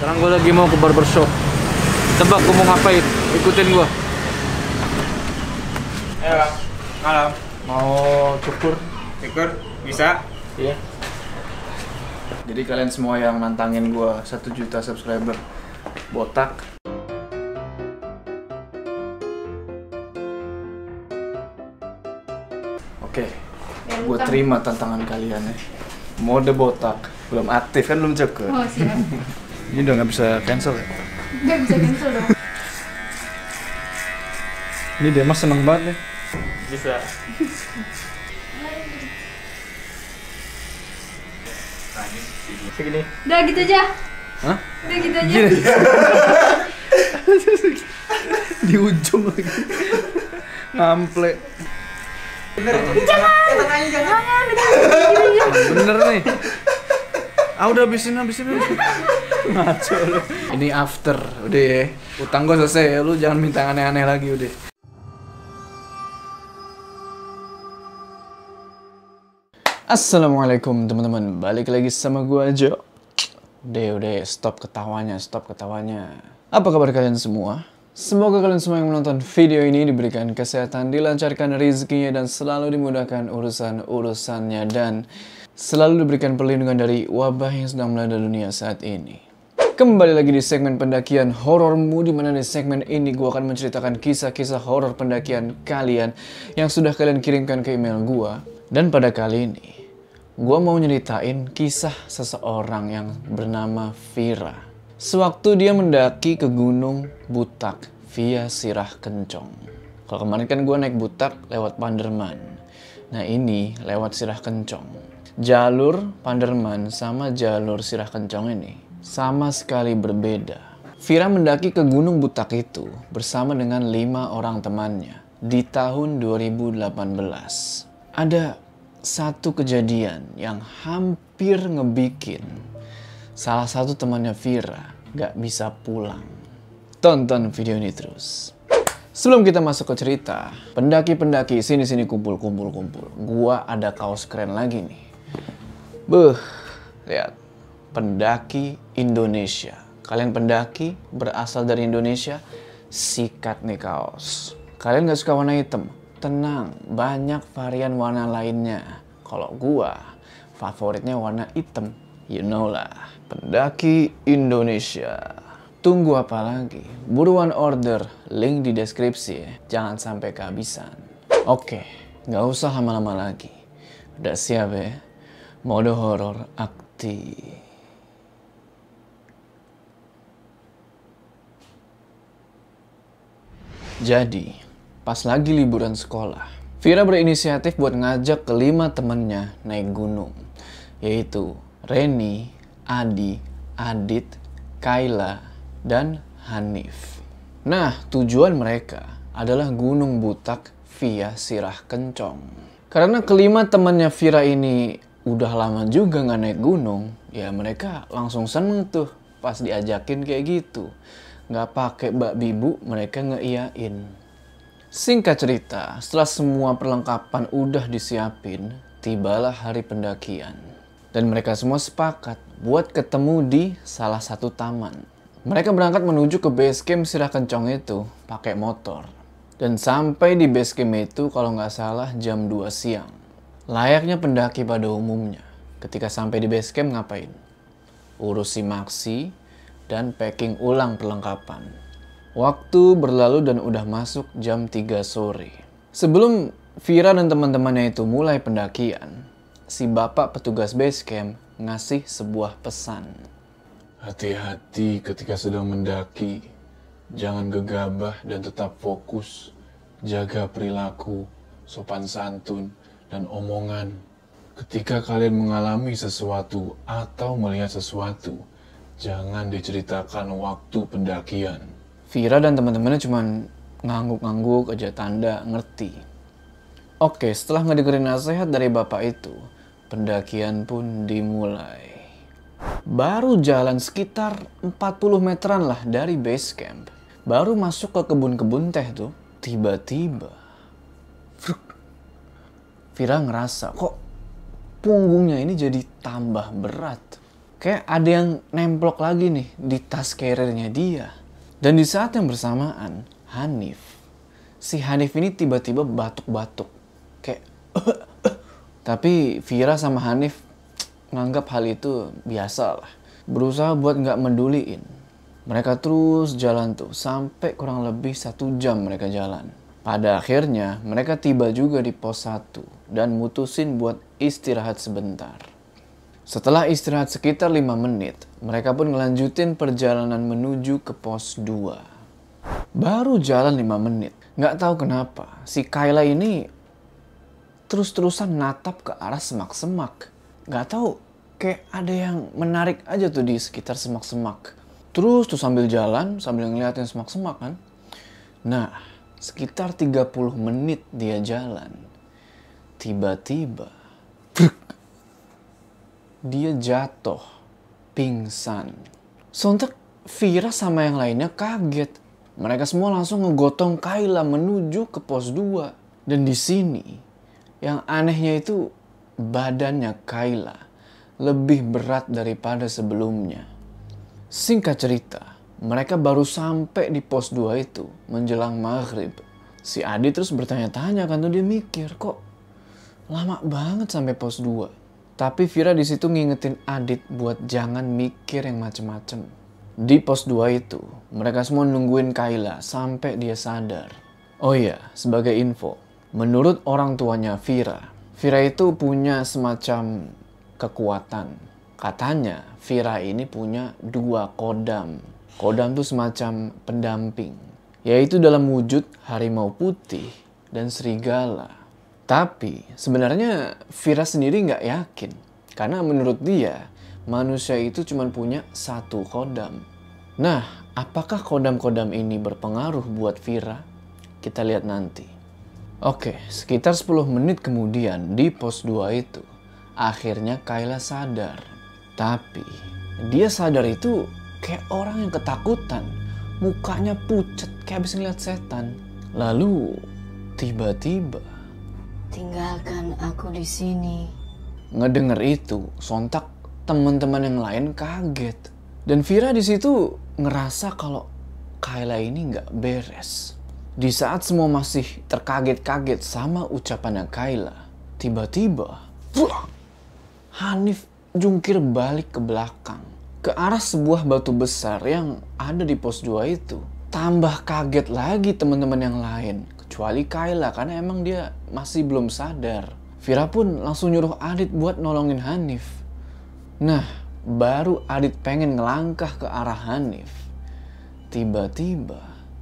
Sekarang gue lagi mau ke barbershop. Tebak gue mau ngapain? Ikutin gue. Bang. Malam. Mau cukur? Cukur? Bisa? Iya. Jadi kalian semua yang nantangin gue 1 juta subscriber botak. Oke, gue terima tantangan kalian ya. Mode botak, belum aktif kan, belum cukur. Oh siap. Ini udah nggak bisa cancel ya? Nggak bisa cancel dong. Ini dia mas seneng banget nih. Bisa. Segini. Udah gitu aja. Hah? Udah gitu aja. Gini. Di ujung lagi. Ngample. Jangan. Bener nih. Ah udah habisin. Ngaco lu. Ini after, udah ya. Utang gue selesai ya, lu jangan minta aneh-aneh lagi udah. Assalamualaikum teman-teman, balik lagi sama gue Jo. Udah, stop ketawanya. Apa kabar kalian semua? Semoga kalian semua yang menonton video ini diberikan kesehatan, dilancarkan rezekinya, dan selalu dimudahkan urusan-urusannya, dan selalu diberikan perlindungan dari wabah yang sedang melanda dunia saat ini. Kembali lagi di segmen pendakian horormu, di mana di segmen ini gue akan menceritakan kisah-kisah horor pendakian kalian yang sudah kalian kirimkan ke email gue. Dan pada kali ini, gue mau nyeritain kisah seseorang yang bernama Vira. Sewaktu dia mendaki ke Gunung Butak via Sirah Kencong. Kalau kemarin kan gue naik Butak lewat Panderman. Nah ini lewat Sirah Kencong. Jalur Panderman sama jalur Sirah Kencong ini sama sekali berbeda. Vira mendaki ke Gunung Butak itu bersama dengan 5 orang temannya di tahun 2018. Ada satu kejadian yang hampir ngebikin salah satu temannya Vira gak bisa pulang. Tonton video ini terus. Sebelum kita masuk ke cerita, pendaki-pendaki sini kumpul. Gua ada kaos keren lagi nih. Beuh, lihat. Pendaki Indonesia. Kalian pendaki berasal dari Indonesia, sikat nih kaos. Kalian gak suka warna hitam? Tenang, banyak varian warna lainnya. Kalau gua, favoritnya warna hitam. You know lah, pendaki Indonesia. Tunggu apa lagi? Buruan order, link di deskripsi ya. Jangan sampai kehabisan. Oke, gak usah lama-lama lagi. Udah siap ya? Mode horor aktif. Jadi, pas lagi liburan sekolah, Vira berinisiatif buat ngajak ke-5 temennya naik gunung. Yaitu Reni, Adi, Adit, Kayla, dan Hanif. Nah, tujuan mereka adalah Gunung Butak via Sirah Kencong. Karena ke-5 temannya Vira ini udah lama juga nggak naik gunung, ya mereka langsung seneng tuh pas diajakin kayak gitu. Nggak pakai bak bibu, mereka ngeiyain. Singkat cerita, setelah semua perlengkapan udah disiapin, tibalah hari pendakian. Dan mereka semua sepakat buat ketemu di salah satu taman. Mereka berangkat menuju ke base camp Sirah Kencong itu pakai motor. Dan sampai di base camp itu kalau nggak salah jam 2 siang. Layaknya pendaki pada umumnya. Ketika sampai di base camp ngapain? Urus simaksi dan packing ulang perlengkapan. Waktu berlalu dan udah masuk jam 3 sore. Sebelum Vira dan teman-temannya itu mulai pendakian, si bapak petugas base camp ngasih sebuah pesan. Hati-hati ketika sedang mendaki. Jangan gegabah dan tetap fokus. Jaga perilaku, sopan santun, dan omongan. Ketika kalian mengalami sesuatu atau melihat sesuatu, jangan diceritakan waktu pendakian. Vira dan teman-temannya cuman ngangguk-ngangguk aja tanda ngerti. Oke, setelah ngedengerin nasihat dari bapak itu, pendakian pun dimulai. Baru jalan sekitar 40 meteran lah dari base camp. Baru masuk ke kebun-kebun teh tuh, tiba-tiba Vira ngerasa kok punggungnya ini jadi tambah berat. kayak ada yang nemplok lagi nih di tas carrier-nya dia. Dan di saat yang bersamaan, si Hanif ini tiba-tiba batuk-batuk. Kayak tapi Vira sama Hanif nganggap hal itu biasa lah. Berusaha buat nggak menduliin. Mereka terus jalan tuh sampai kurang lebih 1 jam mereka jalan. Pada akhirnya mereka tiba juga di pos 1 dan mutusin buat istirahat sebentar. Setelah istirahat sekitar 5 menit, mereka pun ngelanjutin perjalanan menuju ke pos 2. Baru jalan 5 menit, nggak tahu kenapa si Kayla ini terus-terusan natap ke arah semak-semak. Nggak tahu, kayak ada yang menarik aja tuh di sekitar semak-semak. Terus tuh sambil jalan, sambil ngeliatin semak-semak kan. Nah, sekitar 30 menit dia jalan. Tiba-tiba, dia jatuh, pingsan. Sontak Vira sama yang lainnya kaget. Mereka semua langsung ngegotong Kayla menuju ke pos 2. Dan di sini, yang anehnya itu badannya Kayla lebih berat daripada sebelumnya. Singkat cerita, mereka baru sampai di pos 2 itu menjelang maghrib. Si Adi terus bertanya-tanya kan tuh, dia mikir kok lama banget sampai pos 2. Tapi Vira di situ ngingetin Adit buat jangan mikir yang macem-macem. Di pos 2 itu, mereka semua nungguin Kayla sampai dia sadar. Oh iya, sebagai info, menurut orang tuanya Vira itu punya semacam kekuatan. Katanya Vira ini punya 2 kodam. Kodam itu semacam pendamping, yaitu dalam wujud harimau putih dan serigala. Tapi sebenarnya Vira sendiri nggak yakin. Karena menurut dia, manusia itu cuma punya 1 kodam. Nah, apakah kodam-kodam ini berpengaruh buat Vira? Kita lihat nanti. Oke, sekitar 10 menit kemudian di pos 2 itu, akhirnya Kayla sadar. Tapi dia sadar itu kayak orang yang ketakutan. Mukanya pucat kayak habis ngeliat setan. Lalu tiba-tiba Tinggalkan aku di sini. ngedenger itu, sontak teman-teman yang lain kaget. Dan Vira di situ ngerasa kalau Kayla ini nggak beres. Di saat semua masih terkaget-kaget sama ucapannya Kayla, tiba-tiba Hanif jungkir balik ke belakang, ke arah sebuah batu besar yang ada di pos 2 itu. Tambah kaget lagi teman-teman yang lain, kecuali Kayla karena emang dia masih belum sadar. Vira pun langsung nyuruh Adit buat nolongin Hanif. Nah, baru Adit pengen ngelangkah ke arah Hanif, tiba-tiba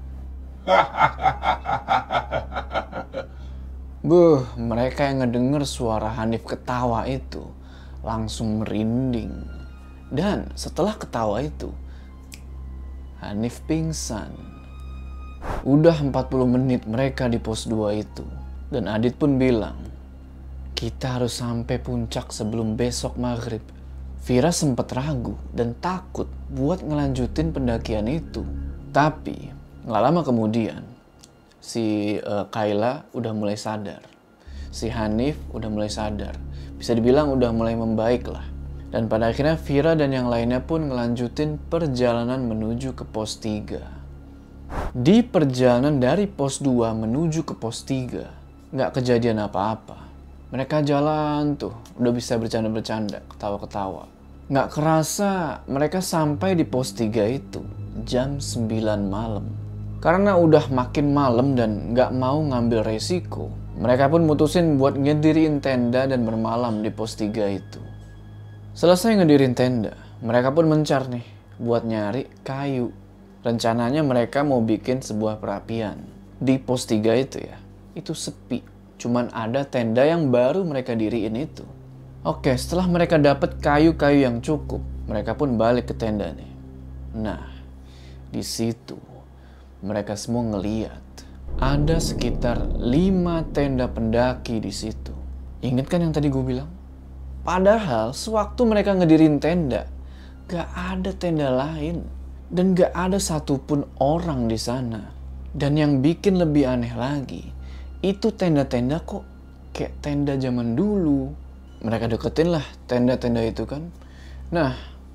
mereka yang ngedenger suara Hanif ketawa itu langsung merinding. Dan setelah ketawa itu, Hanif pingsan. Udah 40 menit mereka di pos 2 itu. Dan Adit pun bilang, kita harus sampai puncak sebelum besok maghrib. Vira sempat ragu dan takut buat ngelanjutin pendakian itu. Tapi nggak lama kemudian, si Kayla udah mulai sadar. Si Hanif udah mulai sadar. Bisa dibilang udah mulai membaik lah. Dan pada akhirnya Vira dan yang lainnya pun ngelanjutin perjalanan menuju ke pos 3. Di perjalanan dari pos 2 menuju ke pos 3, nggak kejadian apa-apa. Mereka jalan tuh, udah bisa bercanda-bercanda, ketawa-ketawa. Nggak kerasa mereka sampai di pos 3 itu jam 9 malam. Karena udah makin malam dan nggak mau ngambil resiko, mereka pun mutusin buat ngediriin tenda dan bermalam di pos 3 itu. Selesai ngedirin tenda, mereka pun mencar nih buat nyari kayu. Rencananya mereka mau bikin sebuah perapian. Di pos 3 itu ya, itu sepi. Cuman ada tenda yang baru mereka diriin itu. Oke, setelah mereka dapat kayu-kayu yang cukup, mereka pun balik ke tenda nih. Nah, di situ mereka semua ngeliat ada sekitar 5 tenda pendaki di situ. Ingat kan yang tadi gue bilang? Padahal sewaktu mereka ngedirin tenda, gak ada tenda lain. Dan gak ada satupun orang di sana. Dan yang bikin lebih aneh lagi, itu tenda-tenda kok kayak tenda zaman dulu. Mereka deketin lah tenda-tenda itu kan. Nah,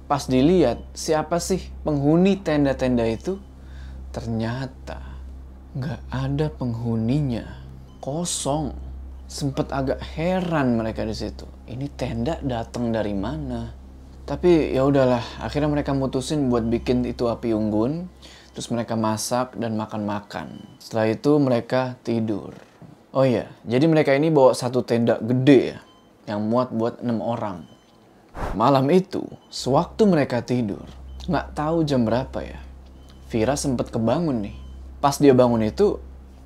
Pas dilihat siapa sih penghuni tenda-tenda itu, ternyata nggak ada penghuninya, kosong. Sempet agak heran mereka di situ. Ini tenda datang dari mana? Tapi ya udahlah, akhirnya mereka mutusin buat bikin itu api unggun. Terus mereka masak dan makan-makan. Setelah itu mereka tidur. Oh iya, jadi mereka ini bawa satu tenda gede ya, yang muat buat 6 orang. Malam itu, sewaktu mereka tidur, nggak tahu jam berapa ya, Vira sempet kebangun nih. Pas dia bangun itu,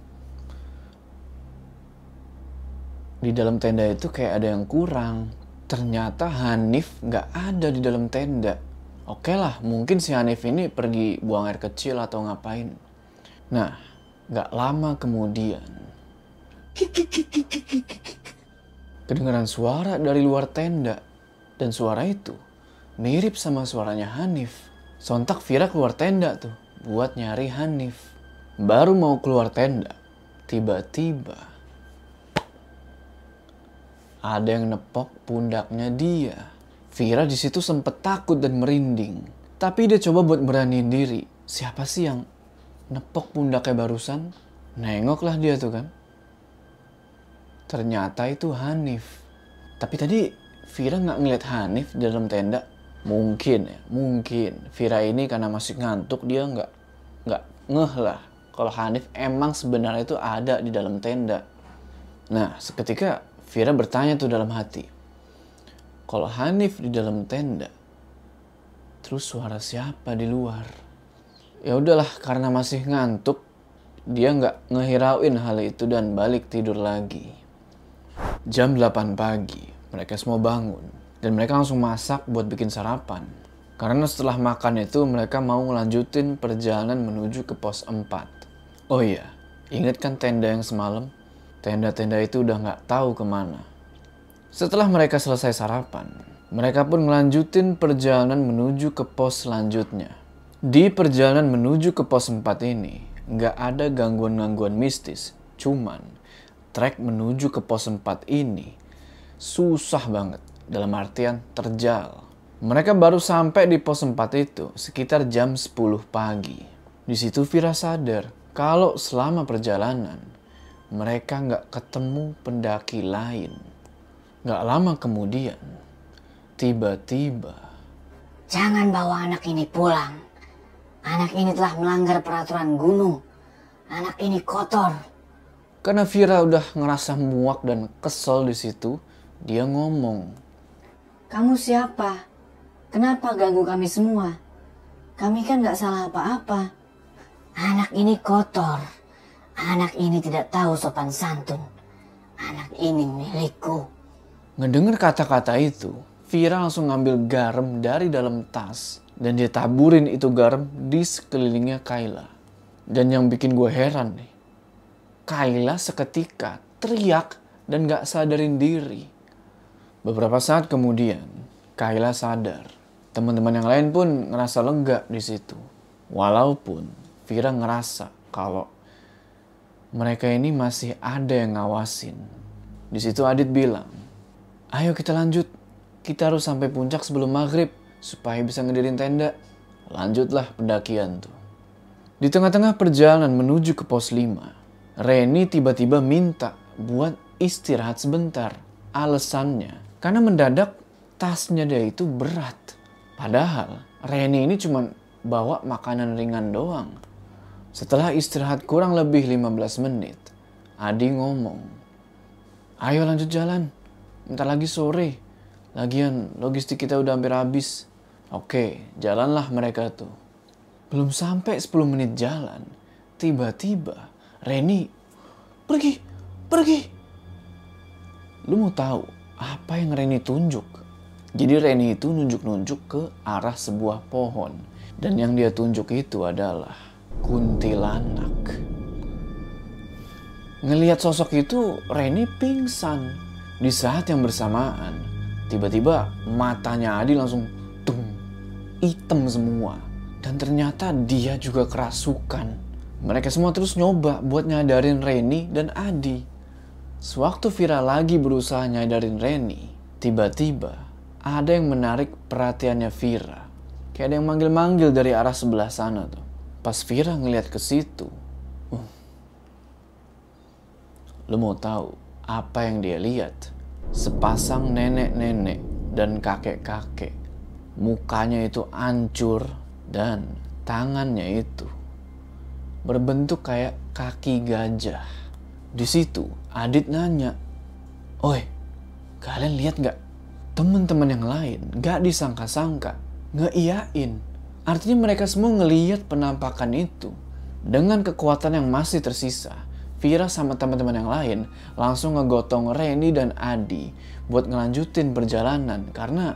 di dalam tenda itu kayak ada yang kurang. Ternyata Hanif nggak ada di dalam tenda. Oke lah, mungkin si Hanif ini pergi buang air kecil atau ngapain. Nah, nggak lama kemudian, kedengaran suara dari luar tenda. Dan suara itu mirip sama suaranya Hanif. Sontak Vira keluar tenda tuh buat nyari Hanif. Baru mau keluar tenda, tiba-tiba ada yang nepok pundaknya dia. Vira di situ sempet takut dan merinding. Tapi dia coba buat beraniin diri. Siapa sih yang nepok pundaknya barusan? Nengoklah dia tuh kan. Ternyata itu Hanif. Tapi tadi Vira nggak ngeliat Hanif di dalam tenda. Mungkin ya, mungkin. Vira ini karena masih ngantuk, dia nggak ngeh lah kalau Hanif emang sebenarnya itu ada di dalam tenda. Nah, seketika Vira bertanya tuh dalam hati, kalau Hanif di dalam tenda, terus suara siapa di luar? Ya udahlah, karena masih ngantuk, dia nggak ngehirauin hal itu dan balik tidur lagi. Jam 8 pagi, mereka semua bangun dan mereka langsung masak buat bikin sarapan. Karena setelah makan itu mereka mau ngelanjutin perjalanan menuju ke pos 4. Oh iya, ingat kan tenda yang semalam? Tenda-tenda itu udah nggak tahu kemana. Setelah mereka selesai sarapan, mereka pun ngelanjutin perjalanan menuju ke pos selanjutnya. Di perjalanan menuju ke pos 4 ini, nggak ada gangguan-gangguan mistis. Cuman, trek menuju ke pos 4 ini susah banget. Dalam artian terjal. Mereka baru sampai di pos 4 itu sekitar jam 10 pagi. Di situ Vira sadar kalau selama perjalanan mereka nggak ketemu pendaki lain. Nggak lama kemudian, tiba-tiba, Jangan bawa anak ini pulang. Anak ini telah melanggar peraturan gunung. Anak ini kotor. karena Vira udah ngerasa muak dan kesel di situ, dia ngomong, Kamu siapa? Kenapa ganggu kami semua? Kami kan gak salah apa-apa. Anak ini kotor. Anak ini tidak tahu sopan santun. Anak ini milikku. Ngedenger kata-kata itu, Vira langsung ngambil garam dari dalam tas dan dia taburin itu garam di sekelilingnya Kayla. Dan yang bikin gue heran nih, Kayla seketika teriak dan gak sadarin diri. Beberapa saat kemudian, Kayla sadar. Teman-teman yang lain pun ngerasa lega di situ. Walaupun Vira ngerasa kalau mereka ini masih ada yang ngawasin. Di situ Adit bilang, ayo kita lanjut. Kita harus sampai puncak sebelum maghrib supaya bisa ngedirin tenda. Lanjutlah pendakian tuh. Di tengah-tengah perjalanan menuju ke pos 5, Reni tiba-tiba minta buat istirahat sebentar. Alasannya, karena mendadak tasnya dia itu berat. Padahal Reni ini cuma bawa makanan ringan doang. Setelah istirahat kurang lebih 15 menit, Adi ngomong, ayo lanjut jalan, bentar lagi sore. Lagian logistik kita udah hampir habis. Oke, jalanlah mereka tuh. Belum sampai 10 menit jalan, tiba-tiba Reni pergi. Lu mau tahu apa yang Reni tunjuk? Jadi Reni itu nunjuk-nunjuk ke arah sebuah pohon. Dan yang dia tunjuk itu adalah kuntilanak. Ngelihat sosok itu, Reni pingsan. Di saat yang bersamaan, tiba-tiba matanya Adi langsung hitam semua. Dan ternyata dia juga kerasukan. Mereka semua terus nyoba buat nyadarin Reni dan Adi. Sewaktu Vira lagi berusaha nyadarin Reni, tiba-tiba ada yang menarik perhatiannya Vira. Kayak ada yang manggil-manggil dari arah sebelah sana tuh. Pas Vira ngeliat ke situ, lu mau tahu apa yang dia lihat? Sepasang nenek-nenek dan kakek-kakek. Mukanya itu hancur dan tangannya itu berbentuk kayak kaki gajah. Di situ Adit nanya, "Oi, kalian lihat nggak?" Teman-teman yang lain nggak disangka-sangka ngeiyain. Artinya mereka semua ngeliat penampakan itu. Dengan kekuatan yang masih tersisa, Vira sama teman-teman yang lain langsung ngegotong Reni dan Adi buat ngelanjutin perjalanan karena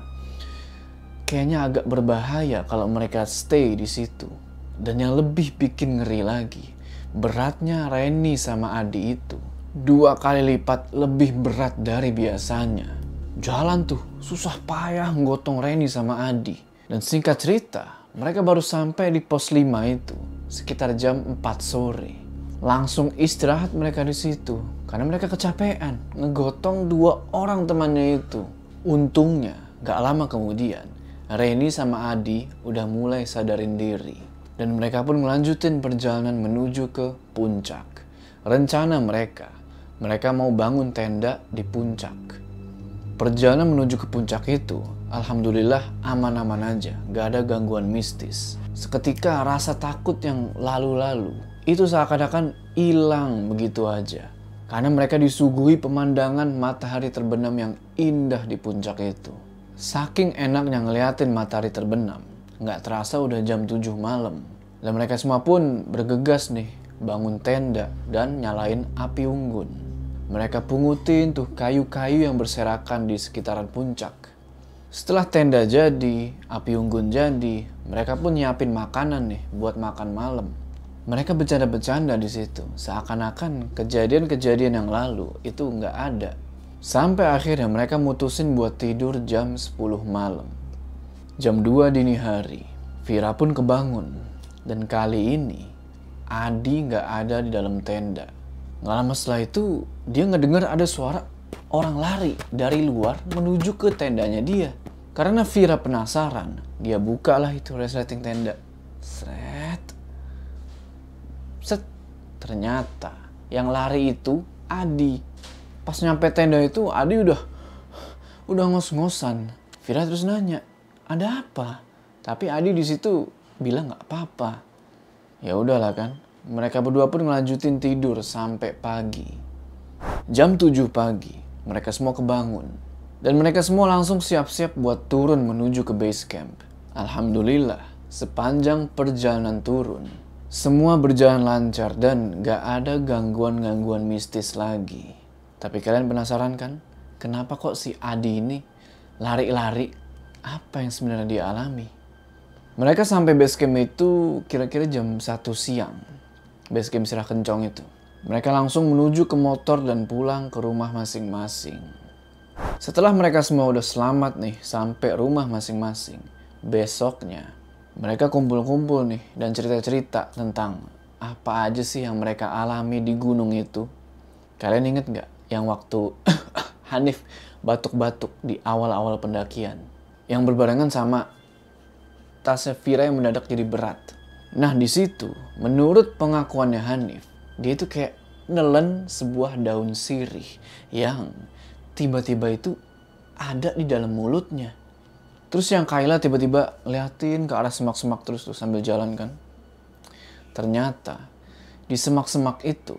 kayaknya agak berbahaya kalau mereka stay di situ. Dan yang lebih bikin ngeri lagi, beratnya Reni sama Adi itu 2 kali lipat lebih berat dari biasanya. Jalan tuh susah payah ngegotong Reni sama Adi. Dan singkat cerita, mereka baru sampai di pos 5 itu sekitar jam 4 sore. Langsung istirahat mereka di situ karena mereka kecapean ngegotong 2 orang temannya itu. Untungnya gak lama kemudian Reni sama Adi udah mulai sadarin diri dan mereka pun melanjutin perjalanan menuju ke puncak. Rencana mereka mau bangun tenda di puncak. Perjalanan menuju ke puncak itu alhamdulillah aman-aman aja, gak ada gangguan mistis. Seketika rasa takut yang lalu-lalu itu seakan-akan hilang begitu aja. Karena mereka disuguhi pemandangan matahari terbenam yang indah di puncak itu. Saking enaknya ngeliatin matahari terbenam, nggak terasa udah jam 7 malam. Dan mereka semua pun bergegas nih, bangun tenda dan nyalain api unggun. Mereka pungutin tuh kayu-kayu yang berserakan di sekitaran puncak. Setelah tenda jadi, api unggun jadi, mereka pun nyiapin makanan nih buat makan malam. Mereka bercanda-bercanda di situ, seakan-akan kejadian-kejadian yang lalu itu nggak ada. Sampai akhirnya mereka mutusin buat tidur jam 10 malam. Jam 2 dini hari, Vira pun kebangun. Dan kali ini, Adi nggak ada di dalam tenda. Nggak lama setelah itu, dia ngedengar ada suara orang lari dari luar menuju ke tendanya dia. Karena Vira penasaran, dia bukalah itu resleting tenda. Set. Ternyata yang lari itu Adi. Pas nyampe tenda itu Adi udah ngos-ngosan. Vira terus nanya, "Ada apa?" Tapi Adi di situ bilang nggak apa-apa. Ya udahlah kan. Mereka berdua pun ngelanjutin tidur sampai pagi. Jam 7 pagi, mereka semua kebangun. Dan mereka semua langsung siap-siap buat turun menuju ke base camp. Alhamdulillah, sepanjang perjalanan turun, semua berjalan lancar dan gak ada gangguan-gangguan mistis lagi. Tapi kalian penasaran kan? Kenapa kok si Adi ini lari-lari? Apa yang sebenarnya dia alami? Mereka sampai base camp itu kira-kira jam 1 siang. Base camp Sirah Kencong itu. Mereka langsung menuju ke motor dan pulang ke rumah masing-masing. Setelah mereka semua udah selamat nih sampai rumah masing-masing, besoknya mereka kumpul-kumpul nih dan cerita-cerita tentang apa aja sih yang mereka alami di gunung itu. Kalian inget gak yang waktu Hanif batuk-batuk di awal-awal pendakian? Yang berbarengan sama tasnya Vira yang mendadak jadi berat. Nah di situ, menurut pengakuannya Hanif, dia itu kayak nelen sebuah daun sirih yang tiba-tiba itu ada di dalam mulutnya. Terus yang Kayla tiba-tiba liatin ke arah semak-semak terus tuh sambil jalan kan. Ternyata di semak-semak itu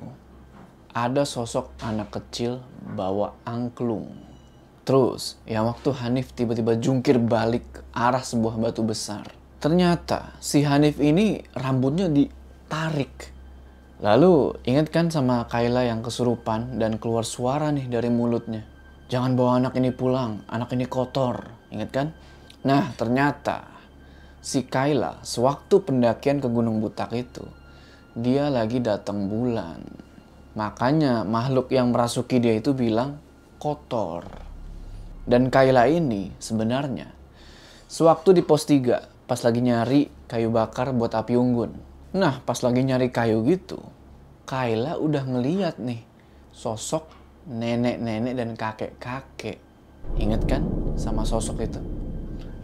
ada sosok anak kecil bawa angklung. Terus yang waktu Hanif tiba-tiba jungkir balik ke arah sebuah batu besar. Ternyata si Hanif ini rambutnya ditarik. Lalu ingat kan sama Kayla yang kesurupan dan keluar suara nih dari mulutnya. Jangan bawa anak ini pulang, anak ini kotor. Ingat kan? Nah ternyata si Kayla sewaktu pendakian ke Gunung Butak itu, dia lagi datang bulan. Makanya makhluk yang merasuki dia itu bilang kotor. Dan Kayla ini sebenarnya sewaktu di pos 3 pas lagi nyari kayu bakar buat api unggun. Nah pas lagi nyari kayu gitu, Kayla udah ngeliat nih sosok nenek-nenek dan kakek-kakek. Ingat kan sama sosok itu?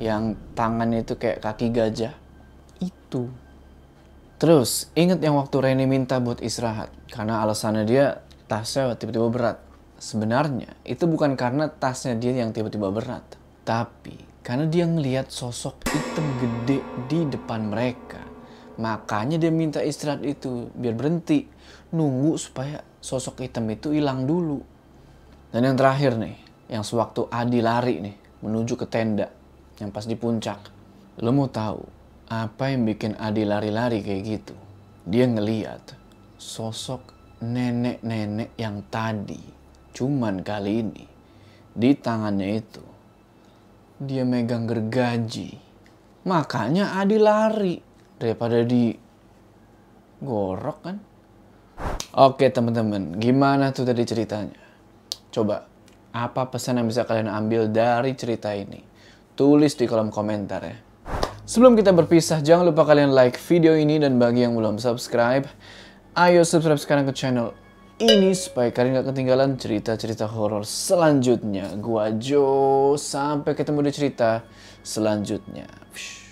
Yang tangannya itu kayak kaki gajah. Itu. Terus, inget yang waktu Reni minta buat istirahat. Karena alasannya dia tasnya tiba-tiba berat. Sebenarnya, itu bukan karena tasnya dia yang tiba-tiba berat. Tapi, karena dia ngelihat sosok hitam gede di depan mereka. Makanya dia minta istirahat itu, biar berhenti. Nunggu supaya sosok hitam itu hilang dulu. Dan yang terakhir nih, yang sewaktu Adi lari nih, menuju ke tenda. Yang pas di puncak. Lo mau tahu apa yang bikin Adi lari-lari kayak gitu? Dia ngeliat sosok nenek-nenek yang tadi. Cuman kali ini, di tangannya itu, dia megang gergaji. Makanya Adi lari. Daripada di gorok kan? Oke teman-teman, gimana tuh tadi ceritanya? Coba, apa pesan yang bisa kalian ambil dari cerita ini? Tulis di kolom komentar ya. Sebelum kita berpisah, jangan lupa kalian like video ini, dan bagi yang belum subscribe, ayo subscribe sekarang ke channel ini supaya kalian gak ketinggalan cerita-cerita horor selanjutnya. Gua Jo, sampai ketemu di cerita selanjutnya.